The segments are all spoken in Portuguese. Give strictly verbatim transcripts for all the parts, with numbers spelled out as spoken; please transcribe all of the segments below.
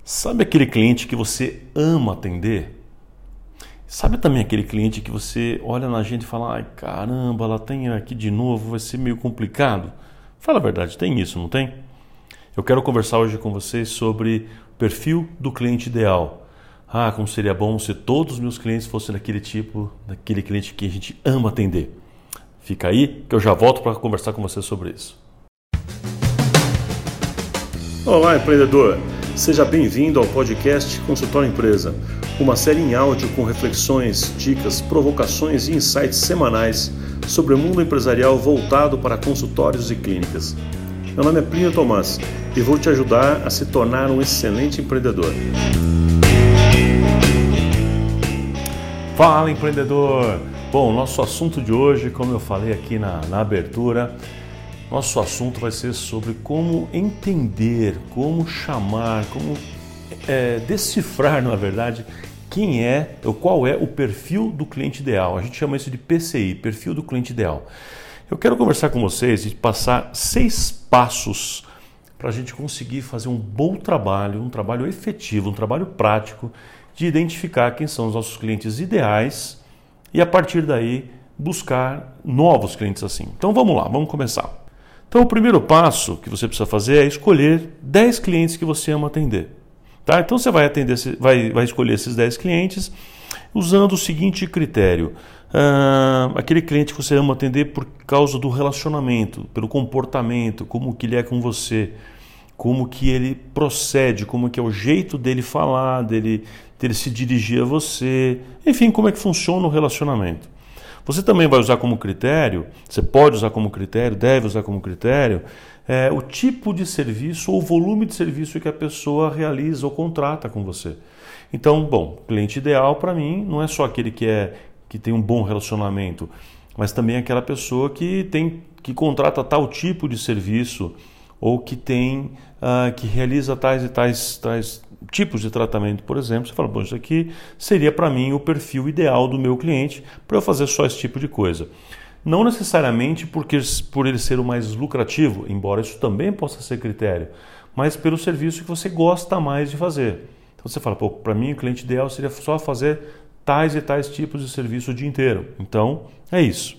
Sabe aquele cliente que você ama atender? Sabe também aquele cliente que você olha na gente e fala: ai caramba, ela tem aqui de novo, vai ser meio complicado? Fala a verdade, tem isso, não tem? Eu quero conversar hoje com vocês sobre o perfil do cliente ideal. Ah, como seria bom se todos os meus clientes fossem daquele tipo, daquele cliente que a gente ama atender. Fica aí que eu já volto para conversar com você sobre isso. Olá, empreendedor! Seja bem-vindo ao podcast Consultório Empresa, uma série em áudio com reflexões, dicas, provocações e insights semanais sobre o mundo empresarial voltado para consultórios e clínicas. Meu nome é Plínio Tomás e vou te ajudar a se tornar um excelente empreendedor. Fala, empreendedor! Bom, nosso assunto de hoje, como eu falei aqui na, na abertura, nosso assunto vai ser sobre como entender, como chamar, como é, decifrar, na verdade, quem é ou qual é o perfil do cliente ideal. A gente chama isso de P C I, perfil do cliente ideal. Eu quero conversar com vocês e passar seis passos para a gente conseguir fazer um bom trabalho, um trabalho efetivo, um trabalho prático de identificar quem são os nossos clientes ideais e a partir daí buscar novos clientes assim. Então vamos lá, vamos começar. Então o primeiro passo que você precisa fazer é escolher dez clientes que você ama atender. Tá? Então você vai, atender, vai, vai escolher esses dez clientes usando o seguinte critério. Ah, aquele cliente que você ama atender por causa do relacionamento, pelo comportamento, como que ele é com você, como que ele procede, como que é o jeito dele falar, dele, dele se dirigir a você, enfim, como é que funciona o relacionamento. Você também vai usar como critério, você pode usar como critério, deve usar como critério, é, o tipo de serviço ou o volume de serviço que a pessoa realiza ou contrata com você. Então, bom, cliente ideal para mim não é só aquele que, é, que tem um bom relacionamento, mas também aquela pessoa que, tem, que contrata tal tipo de serviço ou que, tem, uh, que realiza tais e tais, tais tipos de tratamento, por exemplo. Você fala, bom, isso aqui seria para mim o perfil ideal do meu cliente para eu fazer só esse tipo de coisa. Não necessariamente porque, por ele ser o mais lucrativo, embora isso também possa ser critério, mas pelo serviço que você gosta mais de fazer. Então você fala, pô, para mim o cliente ideal seria só fazer tais e tais tipos de serviço o dia inteiro. Então, é isso.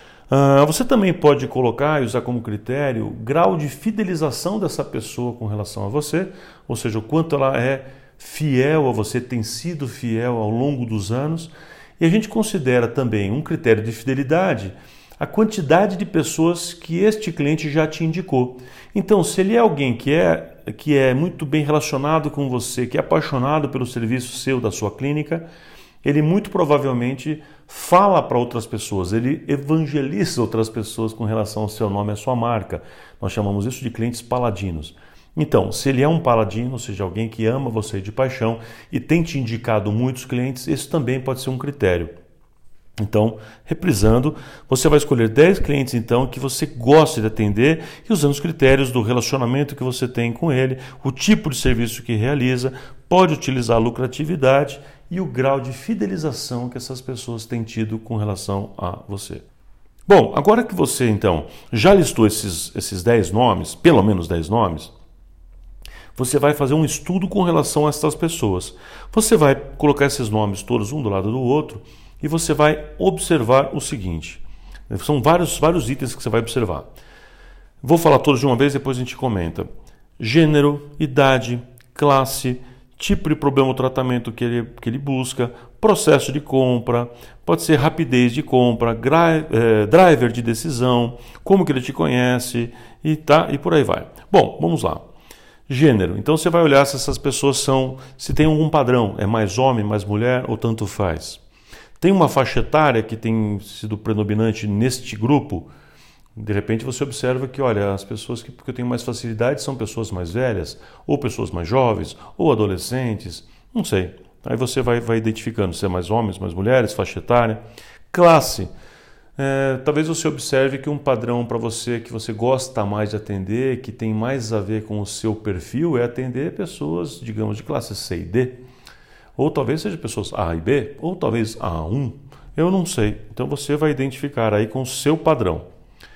Uh, você também pode colocar e usar como critério o grau de fidelização dessa pessoa com relação a você, ou seja, o quanto ela é fiel a você, tem sido fiel ao longo dos anos. E a gente considera também um critério de fidelidade a quantidade de pessoas que este cliente já te indicou. Então, se ele é alguém que é, que é muito bem relacionado com você, que é apaixonado pelo serviço seu, da sua clínica, ele muito provavelmente fala para outras pessoas, ele evangeliza outras pessoas com relação ao seu nome e à sua marca. Nós chamamos isso de clientes paladinos. Então, se ele é um paladino, ou seja, alguém que ama você de paixão e tem te indicado muitos clientes, esse também pode ser um critério. Então, reprisando, você vai escolher dez clientes então que você gosta de atender e usando os critérios do relacionamento que você tem com ele, o tipo de serviço que realiza, pode utilizar a lucratividade e o grau de fidelização que essas pessoas têm tido com relação a você. Bom, agora que você então já listou esses, esses dez nomes, pelo menos dez nomes, você vai fazer um estudo com relação a essas pessoas. Você vai colocar esses nomes todos um do lado do outro e você vai observar o seguinte. São vários, vários itens que você vai observar. Vou falar todos de uma vez, depois a gente comenta. Gênero, idade, classe, tipo de problema ou tratamento que ele, que ele busca, processo de compra, pode ser rapidez de compra, gra, eh, driver de decisão, como que ele te conhece e, tá, e por aí vai. Bom, vamos lá. Gênero. Então você vai olhar se essas pessoas são, se tem algum padrão, é mais homem, mais mulher ou tanto faz. Tem uma faixa etária que tem sido predominante neste grupo? De repente você observa que, olha, as pessoas que, que eu tenho mais facilidade são pessoas mais velhas, ou pessoas mais jovens, ou adolescentes, não sei. Aí você vai, vai identificando se é mais homens, mais mulheres, faixa etária. Classe. É, talvez você observe que um padrão para você que você gosta mais de atender, que tem mais a ver com o seu perfil, é atender pessoas, digamos, de classe C e D. Ou talvez seja pessoas A e B, ou talvez A um, eu não sei. Então você vai identificar aí com o seu padrão.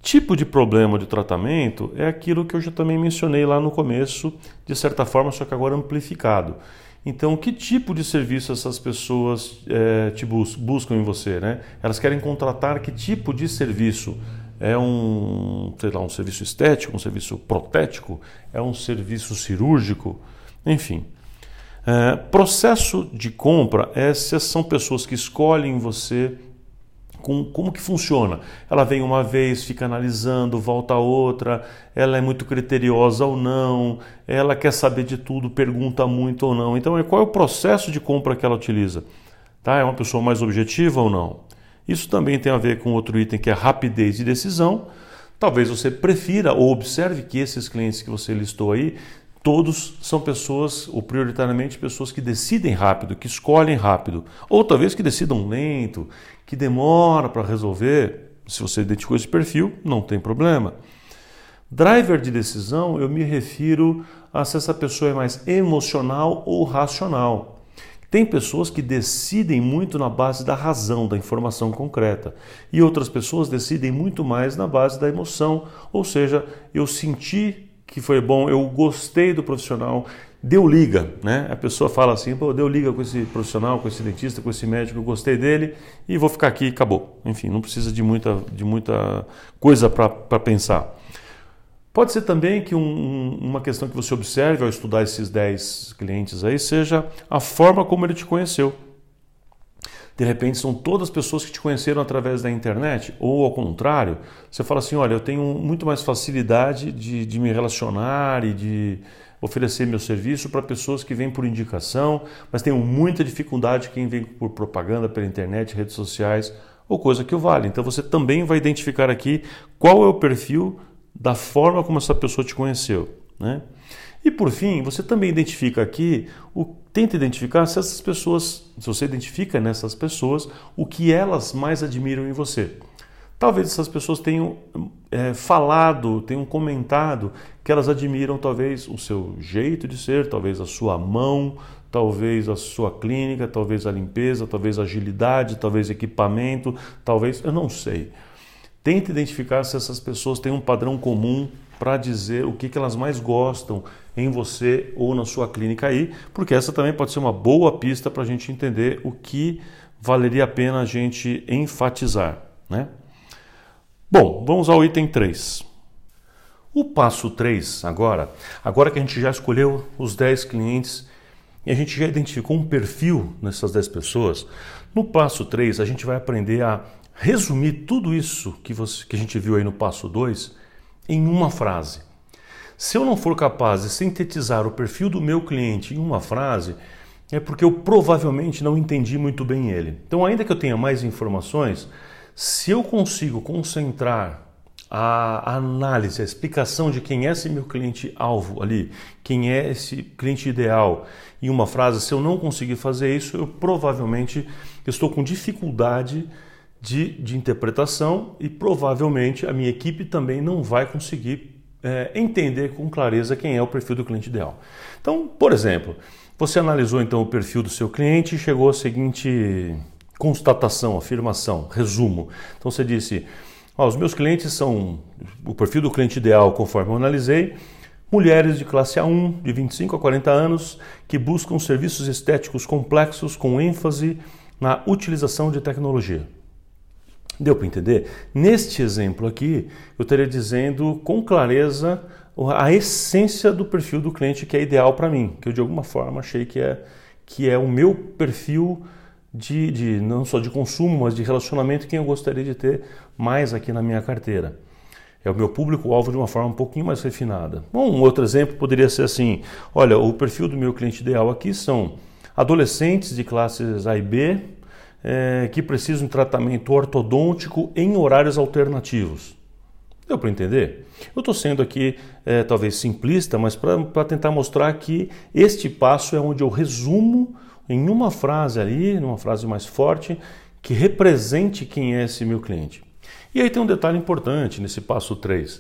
Tipo de problema de tratamento é aquilo que eu já também mencionei lá no começo, de certa forma, só que agora amplificado. Então, que tipo de serviço essas pessoas é, te bus- buscam em você, né? Elas querem contratar que tipo de serviço? É um, sei lá, um serviço estético, um serviço protético? É um serviço cirúrgico? Enfim. É, processo de compra, essas são pessoas que escolhem você. Com, como que funciona? Ela vem uma vez, fica analisando, volta a outra, ela é muito criteriosa ou não, ela quer saber de tudo, pergunta muito ou não. Então, qual é o processo de compra que ela utiliza? Tá? É uma pessoa mais objetiva ou não? Isso também tem a ver com outro item que é rapidez de decisão. Talvez você prefira ou observe que esses clientes que você listou aí, todos são pessoas, ou prioritariamente pessoas que decidem rápido, que escolhem rápido, ou talvez que decidam lento, que demora para resolver. Se você identificou esse perfil, não tem problema. Driver de decisão, eu me refiro a se essa pessoa é mais emocional ou racional. Tem pessoas que decidem muito na base da razão, da informação concreta, e outras pessoas decidem muito mais na base da emoção, ou seja, eu senti que foi bom, eu gostei do profissional, deu liga, né? A pessoa fala assim, pô, deu liga com esse profissional, com esse dentista, com esse médico, eu gostei dele e vou ficar aqui e acabou. Enfim, não precisa de muita, de muita coisa para pensar. Pode ser também que um, uma questão que você observe ao estudar esses dez clientes aí seja a forma como ele te conheceu. De repente são todas pessoas que te conheceram através da internet, ou ao contrário, você fala assim, olha, eu tenho muito mais facilidade de, de me relacionar e de oferecer meu serviço para pessoas que vêm por indicação, mas tenho muita dificuldade quem vem por propaganda pela internet, redes sociais, ou coisa que o vale. Então você também vai identificar aqui qual é o perfil da forma como essa pessoa te conheceu, né? E por fim, você também identifica aqui, o, tenta identificar se essas pessoas, se você identifica nessas pessoas, o que elas mais admiram em você. Talvez essas pessoas tenham é, falado, tenham comentado que elas admiram talvez o seu jeito de ser, talvez a sua mão, talvez a sua clínica, talvez a limpeza, talvez a agilidade, talvez equipamento, talvez, eu não sei. Tente identificar se essas pessoas têm um padrão comum para dizer o que, que elas mais gostam em você ou na sua clínica aí, porque essa também pode ser uma boa pista para a gente entender o que valeria a pena a gente enfatizar, né? Bom, vamos ao item três. O passo três agora, agora que a gente já escolheu os dez clientes e a gente já identificou um perfil nessas dez pessoas, no passo três a gente vai aprender a resumir tudo isso que, você, que a gente viu aí no passo dois em uma frase. Se eu não for capaz de sintetizar o perfil do meu cliente em uma frase, é porque eu provavelmente não entendi muito bem ele. Então, ainda que eu tenha mais informações, se eu consigo concentrar a análise, a explicação de quem é esse meu cliente-alvo ali, quem é esse cliente ideal em uma frase, se eu não conseguir fazer isso, eu provavelmente estou com dificuldade de, de interpretação e provavelmente a minha equipe também não vai conseguir é, entender com clareza quem é o perfil do cliente ideal. Então, por exemplo, você analisou então o perfil do seu cliente e chegou à seguinte constatação, afirmação, resumo. Então você disse, ó, os meus clientes são, o perfil do cliente ideal conforme eu analisei, mulheres de classe A um, de vinte e cinco a quarenta anos, que buscam serviços estéticos complexos com ênfase na utilização de tecnologia. Deu para entender? Neste exemplo aqui, eu estaria dizendo com clareza a essência do perfil do cliente que é ideal para mim, que eu de alguma forma achei que é, que é o meu perfil de, de não só de consumo, mas de relacionamento que eu gostaria de ter mais aqui na minha carteira. É o meu público-alvo de uma forma um pouquinho mais refinada. Bom, um outro exemplo poderia ser assim, olha, o perfil do meu cliente ideal aqui são adolescentes de classes A e B, é, que precisam de tratamento ortodôntico em horários alternativos. Deu para entender? Eu estou sendo aqui é, talvez simplista, mas para tentar mostrar que este passo é onde eu resumo em uma frase ali, numa frase mais forte, que represente quem é esse meu cliente. E aí tem um detalhe importante nesse passo três.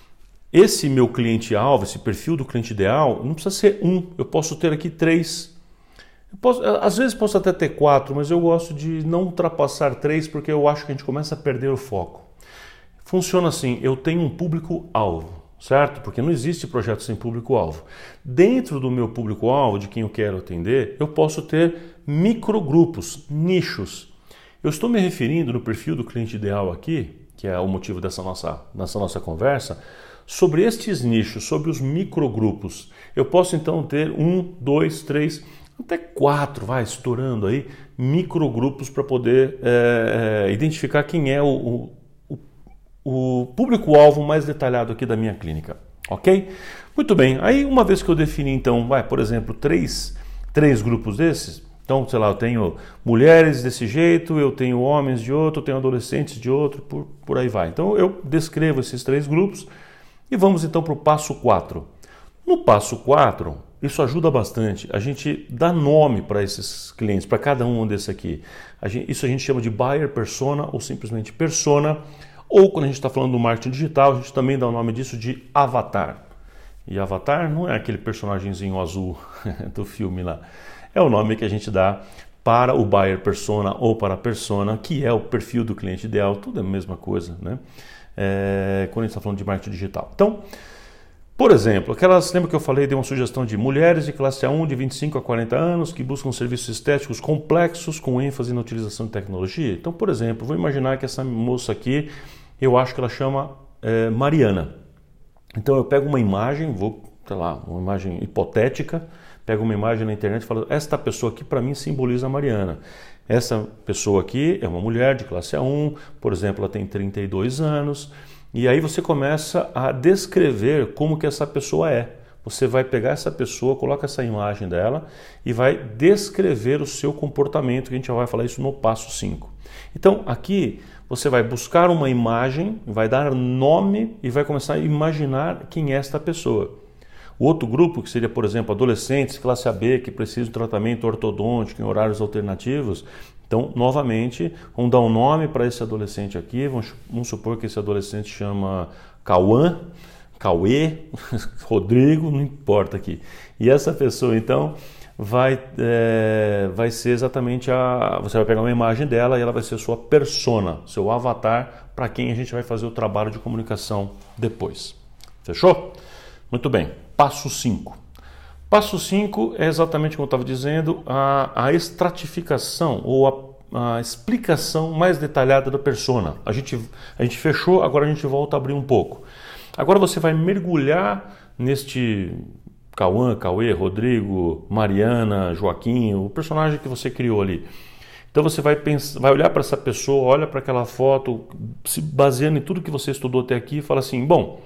Esse meu cliente-alvo, esse perfil do cliente ideal, não precisa ser um, eu posso ter aqui três. Eu posso, às vezes posso até ter quatro, mas eu gosto de não ultrapassar três porque eu acho que a gente começa a perder o foco. funciona assim, eu tenho um público-alvo, certo? Porque não existe projeto sem público-alvo. Dentro do meu público-alvo, de quem eu quero atender, eu posso ter microgrupos, nichos. Eu estou me referindo no perfil do cliente ideal aqui, que é o motivo dessa nossa, dessa nossa conversa, sobre estes nichos, sobre os microgrupos. Eu posso então ter um, dois, três, até quatro, vai, estourando aí, microgrupos para poder é, é, identificar quem é o, o, o público-alvo mais detalhado aqui da minha clínica, ok? Muito bem, aí uma vez que eu defini então, vai, por exemplo, três, três grupos desses, então, sei lá, eu tenho mulheres desse jeito, eu tenho homens de outro, eu tenho adolescentes de outro, por, por aí vai. Então eu descrevo esses três grupos e vamos então para o passo quatro. No passo quatro, isso ajuda bastante. A gente dá nome para esses clientes, para cada um desse aqui. A gente, isso a gente chama de buyer persona ou simplesmente persona. Ou quando a gente está falando do marketing digital, a gente também dá o nome disso de avatar. E avatar não é aquele personagemzinho azul do filme lá. É o nome que a gente dá para o buyer persona ou para a persona, que é o perfil do cliente ideal. Tudo é a mesma coisa, né? É, quando a gente está falando de marketing digital. Então, por exemplo, aquelas, lembra que eu falei, dei uma sugestão de mulheres de classe A um de vinte e cinco a quarenta anos que buscam serviços estéticos complexos com ênfase na utilização de tecnologia? Então, por exemplo, vou imaginar que essa moça aqui, eu acho que ela chama é, Mariana. Então eu pego uma imagem, vou, sei lá, uma imagem hipotética, pego uma imagem na internet e falo, esta pessoa aqui para mim simboliza a Mariana. Essa pessoa aqui é uma mulher de classe A um, por exemplo, ela tem trinta e dois anos, e aí você começa a descrever como que essa pessoa é. Você vai pegar essa pessoa, coloca essa imagem dela e vai descrever o seu comportamento, que a gente já vai falar isso no passo cinco. Então aqui você vai buscar uma imagem, vai dar nome e vai começar a imaginar quem é esta pessoa. O outro grupo, que seria, por exemplo, adolescentes, classe A B, que precisam de tratamento ortodôntico em horários alternativos. Então, novamente, vamos dar um nome para esse adolescente aqui. Vamos, vamos supor que esse adolescente chama Cauã, Cauê, Rodrigo, não importa aqui. E essa pessoa, então, vai, é, vai ser exatamente a... Você vai pegar uma imagem dela e ela vai ser sua persona, seu avatar, para quem a gente vai fazer o trabalho de comunicação depois. Fechou? Muito bem. Passo cinco. Passo cinco é exatamente como eu estava dizendo, a, a estratificação ou a, a explicação mais detalhada da persona. A gente, a gente fechou, agora a gente volta a abrir um pouco. Agora você vai mergulhar neste Cauã, Cauê, Rodrigo, Mariana, Joaquim, o personagem que você criou ali. Então você vai, pensar, vai olhar para essa pessoa, olha para aquela foto, se baseando em tudo que você estudou até aqui e fala assim, bom,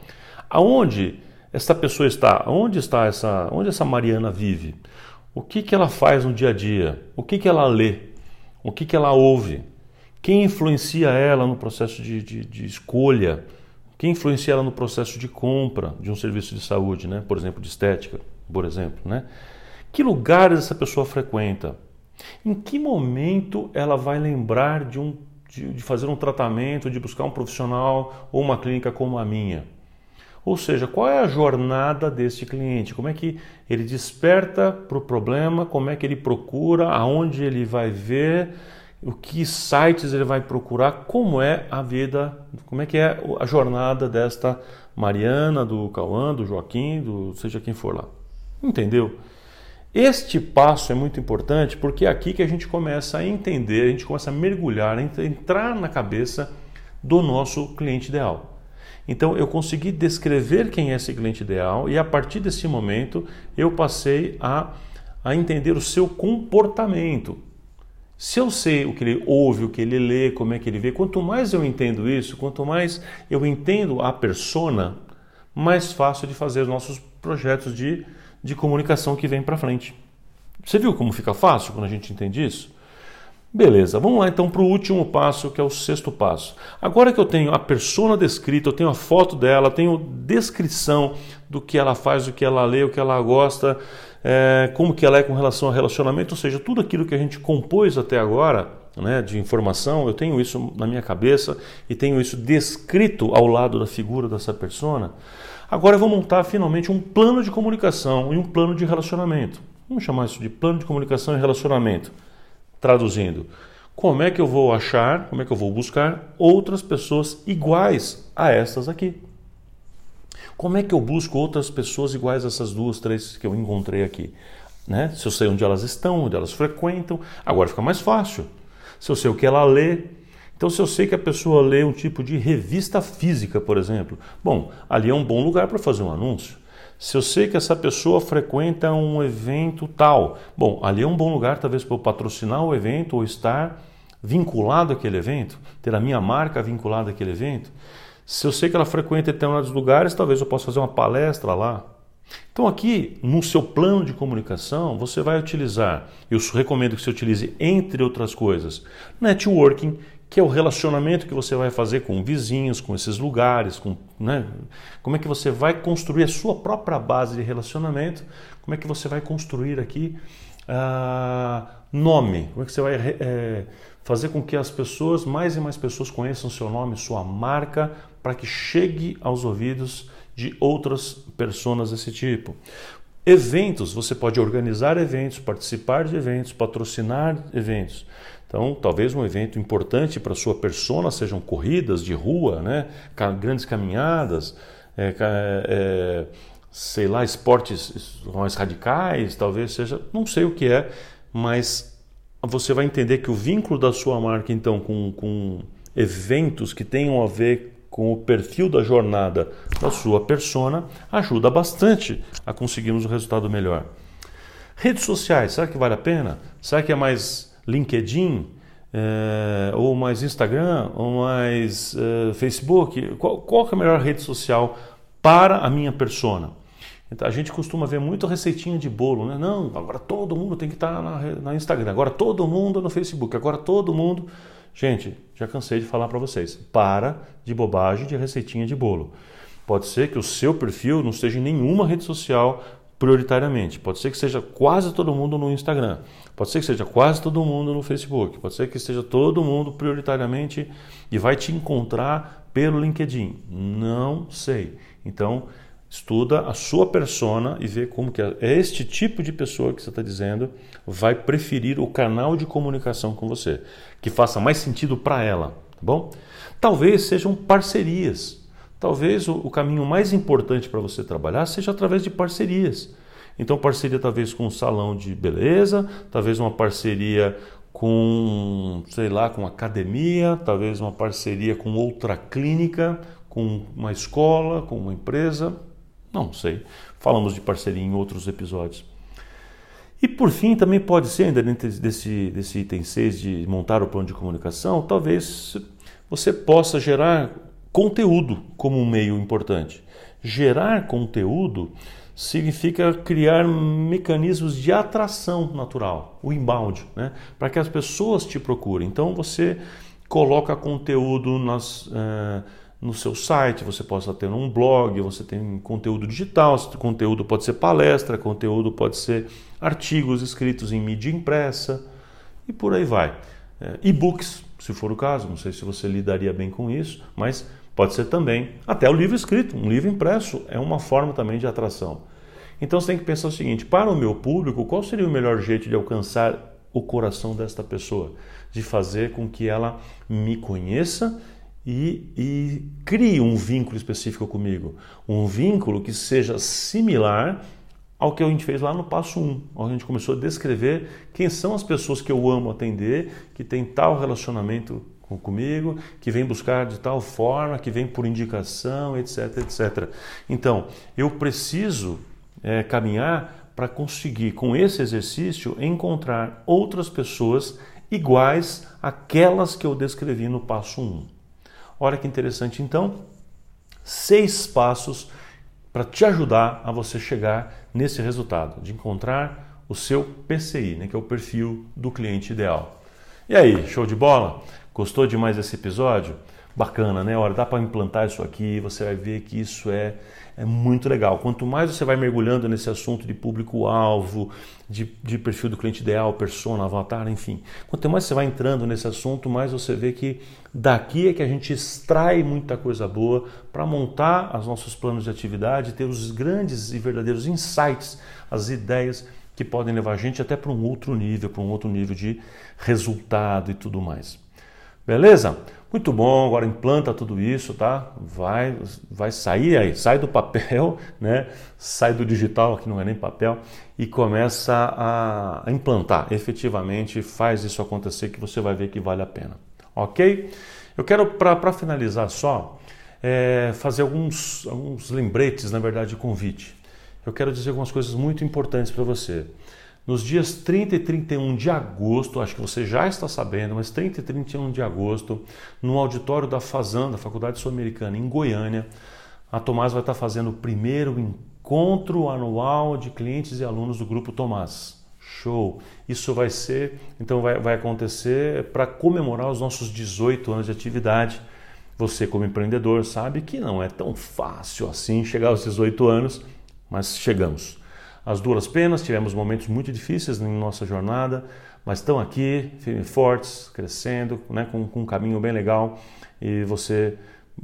aonde essa pessoa está? Onde está essa, onde essa Mariana vive? O que, que ela faz no dia a dia? O que, que ela lê? O que, que ela ouve? Quem influencia ela no processo de, de, de escolha? Quem influencia ela no processo de compra de um serviço de saúde, né? Por exemplo, de estética, por exemplo, né? Que lugares essa pessoa frequenta? Em que momento ela vai lembrar de, um, de, de fazer um tratamento, de buscar um profissional ou uma clínica como a minha? Ou seja, qual é a jornada desse cliente? Como é que ele desperta para o problema? Como é que ele procura? Aonde ele vai ver? O que sites ele vai procurar? Como é a vida? Como é que é a jornada desta Mariana, do Cauã, do Joaquim, do seja quem for lá? Entendeu? Este passo é muito importante porque é aqui que a gente começa a entender, a gente começa a mergulhar, a entrar na cabeça do nosso cliente ideal. Então eu consegui descrever quem é esse cliente ideal e a partir desse momento eu passei a, a entender o seu comportamento. Se eu sei o que ele ouve, o que ele lê, como é que ele vê, quanto mais eu entendo isso, quanto mais eu entendo a persona, mais fácil de fazer os nossos projetos de, de comunicação que vem para frente. Você viu como fica fácil quando a gente entende isso? Beleza, vamos lá então para o último passo, que é o sexto passo. Agora que eu tenho a persona descrita, eu tenho a foto dela, tenho descrição do que ela faz, o que ela lê, o que ela gosta, é, como que ela é com relação ao relacionamento, ou seja, tudo aquilo que a gente compôs até agora, né, de informação, eu tenho isso na minha cabeça e tenho isso descrito ao lado da figura dessa persona. Agora eu vou montar finalmente um plano de comunicação e um plano de relacionamento. Vamos chamar isso de plano de comunicação e relacionamento. Traduzindo, Como é que eu vou achar, como é que eu vou buscar outras pessoas iguais a essas aqui? Como é que eu busco outras pessoas iguais a essas duas, três que eu encontrei aqui? Né? Se eu sei onde elas estão, onde elas frequentam, agora fica mais fácil. Se eu sei o que ela lê, então se eu sei que a pessoa lê um tipo de revista física, por exemplo, bom, ali é um bom lugar para fazer um anúncio. Se eu sei que essa pessoa frequenta um evento tal, bom, ali é um bom lugar talvez para eu patrocinar o evento ou estar vinculado àquele evento, ter a minha marca vinculada àquele evento. Se eu sei que ela frequenta determinados lugares, talvez eu possa fazer uma palestra lá. Então aqui, no seu plano de comunicação, você vai utilizar, eu recomendo que você utilize, entre outras coisas, networking, que é o relacionamento que você vai fazer com vizinhos, com esses lugares, com, né, como é que você vai construir a sua própria base de relacionamento, como é que você vai construir aqui uh, nome, como é que você vai é, fazer com que as pessoas, mais e mais pessoas conheçam seu nome, sua marca, para que chegue aos ouvidos de outras pessoas desse tipo. Eventos, você pode organizar eventos, participar de eventos, patrocinar eventos. Então, talvez um evento importante para a sua persona sejam corridas de rua, né? Grandes caminhadas, é, é, sei lá, esportes mais radicais, talvez seja, não sei o que é, mas você vai entender que o vínculo da sua marca, então, com, com eventos que tenham a ver com o perfil da jornada da sua persona, ajuda bastante a conseguirmos um resultado melhor. Redes sociais, será que vale a pena? Será que é mais LinkedIn, é, ou mais Instagram, ou mais é, Facebook? Qual, qual que é a melhor rede social para a minha persona? Então, a gente costuma ver muito receitinha de bolo, né? Não, agora todo mundo tem que estar na, na Instagram, agora todo mundo no Facebook, agora todo mundo... Gente, já cansei de falar para vocês, para de bobagem de receitinha de bolo. Pode ser que o seu perfil não esteja em nenhuma rede social prioritariamente. Pode ser que seja quase todo mundo no Instagram. Pode ser que seja quase todo mundo no Facebook. Pode ser que esteja todo mundo prioritariamente e vai te encontrar pelo LinkedIn. Não sei. Então, estuda a sua persona e vê como que é este tipo de pessoa que você está dizendo vai preferir o canal de comunicação com você, que faça mais sentido para ela, tá bom? Talvez sejam parcerias. Talvez o, o caminho mais importante para você trabalhar seja através de parcerias. Então, parceria talvez com um salão de beleza, talvez uma parceria com, sei lá, com academia, talvez uma parceria com outra clínica, com uma escola, com uma empresa. Não sei, falamos de parceria em outros episódios. E por fim, também pode ser, ainda dentro desse, desse item seis de montar o plano de comunicação, talvez você possa gerar conteúdo como um meio importante. Gerar conteúdo significa criar mecanismos de atração natural, o inbound, né? Para que as pessoas te procurem. Então você coloca conteúdo nas... Uh, no seu site, você possa ter um blog, você tem conteúdo digital, conteúdo pode ser palestra, conteúdo pode ser artigos escritos em mídia impressa e por aí vai. É, e-books, se for o caso, não sei se você lidaria bem com isso, mas pode ser também até o livro escrito, um livro impresso é uma forma também de atração. Então você tem que pensar o seguinte, para o meu público, qual seria o melhor jeito de alcançar o coração desta pessoa? De fazer com que ela me conheça E, e crie um vínculo específico comigo, um vínculo que seja similar ao que a gente fez lá no passo um, onde a gente começou a descrever quem são as pessoas que eu amo atender, que tem tal relacionamento com, comigo, que vem buscar de tal forma, que vem por indicação, etc, etcétera. Então, eu preciso é, caminhar para conseguir, com esse exercício, encontrar outras pessoas iguais àquelas que eu descrevi no passo um. Olha que interessante, então, seis passos para te ajudar a você chegar nesse resultado, de encontrar o seu P C I, né, que é o perfil do cliente ideal. E aí, show de bola? Gostou demais desse episódio? Bacana, né? Olha, dá para implantar isso aqui, você vai ver que isso é, é muito legal. Quanto mais você vai mergulhando nesse assunto de público-alvo, de, de perfil do cliente ideal, persona, avatar, enfim. Quanto mais você vai entrando nesse assunto, mais você vê que daqui é que a gente extrai muita coisa boa para montar os nossos planos de atividade, ter os grandes e verdadeiros insights, as ideias que podem levar a gente até para um outro nível, para um outro nível de resultado e tudo mais. Beleza? Muito bom, agora implanta tudo isso, tá? Vai, vai sair aí, sai do papel, né? Sai do digital, que não é nem papel, e começa a implantar efetivamente, faz isso acontecer que você vai ver que vale a pena, ok? Eu quero, para finalizar só, é, fazer alguns, alguns lembretes, na verdade, de convite. Eu quero dizer algumas coisas muito importantes para você. Nos dias trinta e trinta e um de agosto, acho que você já está sabendo, mas trinta e trinta e um de agosto, no auditório da Fazan, da Faculdade Sul-Americana, em Goiânia, a Tomás vai estar fazendo o primeiro encontro anual de clientes e alunos do Grupo Tomás. Show! Isso vai ser, então vai, vai acontecer para comemorar os nossos dezoito anos de atividade. Você, como empreendedor, sabe que não é tão fácil assim chegar aos dezoito anos, mas chegamos. As duras penas, tivemos momentos muito difíceis em nossa jornada, mas estão aqui, firmes e fortes, crescendo, né, com, com um caminho bem legal, e você,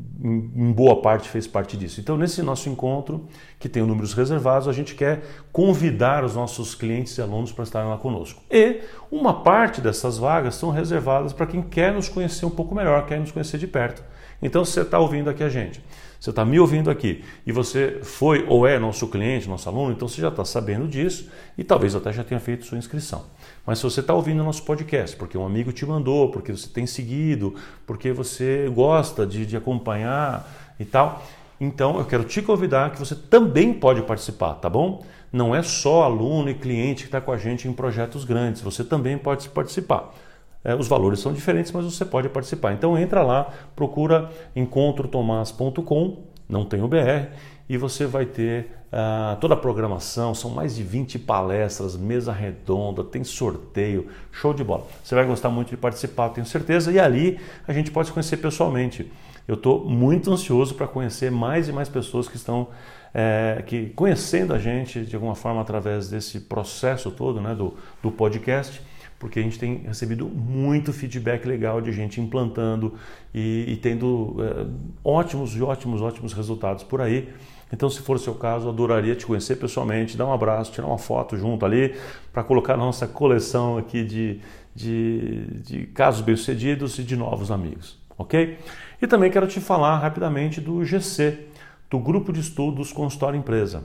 em boa parte, fez parte disso. Então, nesse nosso encontro, que tem números reservados, a gente quer convidar os nossos clientes e alunos para estarem lá conosco. E uma parte dessas vagas são reservadas para quem quer nos conhecer um pouco melhor, quer nos conhecer de perto. Então, se você está ouvindo aqui a gente, você está me ouvindo aqui e você foi ou é nosso cliente, nosso aluno, então você já está sabendo disso e talvez até já tenha feito sua inscrição. Mas se você está ouvindo o nosso podcast, porque um amigo te mandou, porque você tem seguido, porque você gosta de, de acompanhar e tal, então eu quero te convidar que você também pode participar, tá bom? Não é só aluno e cliente que está com a gente em projetos grandes, você também pode participar. É, os valores são diferentes, mas você pode participar. Então entra lá, procura encontro tomás ponto com, não tem o B R, e você vai ter uh, toda a programação, são mais de vinte palestras, mesa redonda, tem sorteio, show de bola. Você vai gostar muito de participar, tenho certeza, e ali a gente pode se conhecer pessoalmente. Eu estou muito ansioso para conhecer mais e mais pessoas que estão é, que, conhecendo a gente de alguma forma através desse processo todo, né, do, do podcast, porque a gente tem recebido muito feedback legal de gente implantando e, e tendo é, ótimos e ótimos, ótimos resultados por aí. Então, se for o seu caso, eu adoraria te conhecer pessoalmente, dar um abraço, tirar uma foto junto ali, para colocar na nossa coleção aqui de, de, de casos bem-sucedidos e de novos amigos, ok? E também quero te falar rapidamente do G C, do Grupo de Estudos Consultório Empresa.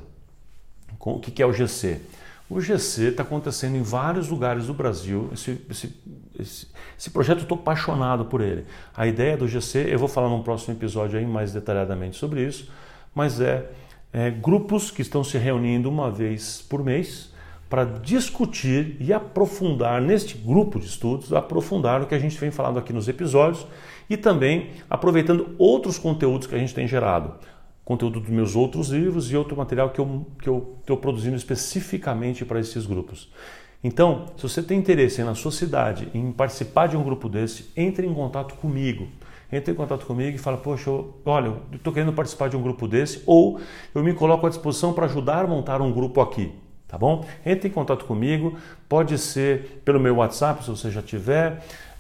O que é o G C? O G C está acontecendo em vários lugares do Brasil. Esse, esse, esse, esse projeto eu estou apaixonado por ele. A ideia do G C, eu vou falar num próximo episódio aí mais detalhadamente sobre isso, mas é, é grupos que estão se reunindo uma vez por mês para discutir e aprofundar neste grupo de estudos, aprofundar o que a gente vem falando aqui nos episódios e também aproveitando outros conteúdos que a gente tem gerado. Conteúdo dos meus outros livros e outro material que eu que eu estou produzindo especificamente para esses grupos. Então, se você tem interesse na sua cidade em participar de um grupo desse, entre em contato comigo. Entre em contato comigo e fala, poxa, eu, olha, eu estou querendo participar de um grupo desse, ou eu me coloco à disposição para ajudar a montar um grupo aqui, tá bom? Entre em contato comigo, pode ser pelo meu WhatsApp, se você já tiver,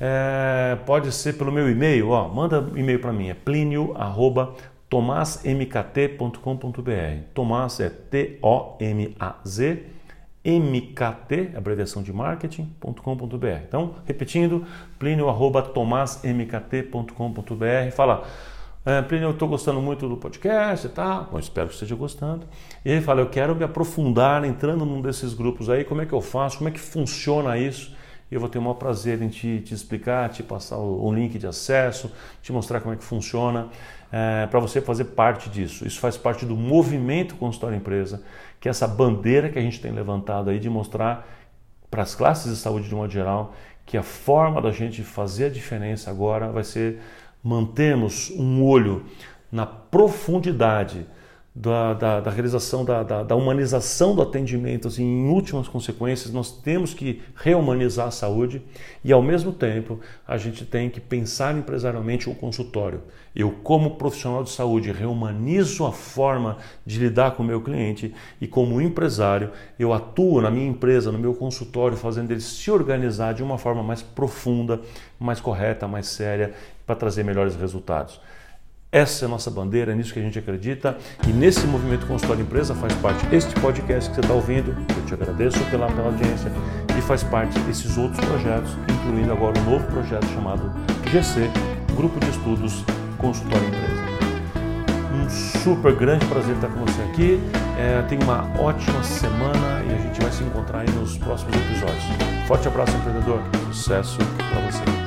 é, pode ser pelo meu e-mail, ó, manda e-mail para mim, é plinio arroba tomás m k t ponto com ponto b r. Tomás é T O M A Z, M K T, abreviação de marketing, ponto com ponto b r. Então, repetindo, plinio arroba tomás m k t ponto com ponto b r. Fala, é, Plinio, eu estou gostando muito do podcast, tá? Bom, espero que esteja gostando. E ele fala, eu quero me aprofundar entrando num desses grupos aí, como é que eu faço, como é que funciona isso? E eu vou ter o maior prazer em te, te explicar, te passar o, o link de acesso, te mostrar como é que funciona, é, para você fazer parte disso. Isso faz parte do movimento Consultório Empresa, que é essa bandeira que a gente tem levantado aí de mostrar para as classes de saúde de modo geral que a forma da gente fazer a diferença agora vai ser mantermos um olho na profundidade Da, da, da realização, da, da, da humanização do atendimento. Assim, em últimas consequências, nós temos que rehumanizar a saúde e, ao mesmo tempo, a gente tem que pensar empresarialmente o consultório. Eu, como profissional de saúde, rehumanizo a forma de lidar com o meu cliente e, como empresário, eu atuo na minha empresa, no meu consultório, fazendo ele se organizar de uma forma mais profunda, mais correta, mais séria, para trazer melhores resultados. Essa é a nossa bandeira, é nisso que a gente acredita e nesse movimento Consultório Empresa faz parte este podcast que você está ouvindo, eu te agradeço pela, pela audiência, e faz parte desses outros projetos, incluindo agora um novo projeto chamado G C, Grupo de Estudos Consultório Empresa. Um super grande prazer estar com você aqui, é, tenha uma ótima semana e a gente vai se encontrar aí nos próximos episódios. Forte abraço, empreendedor, sucesso para você.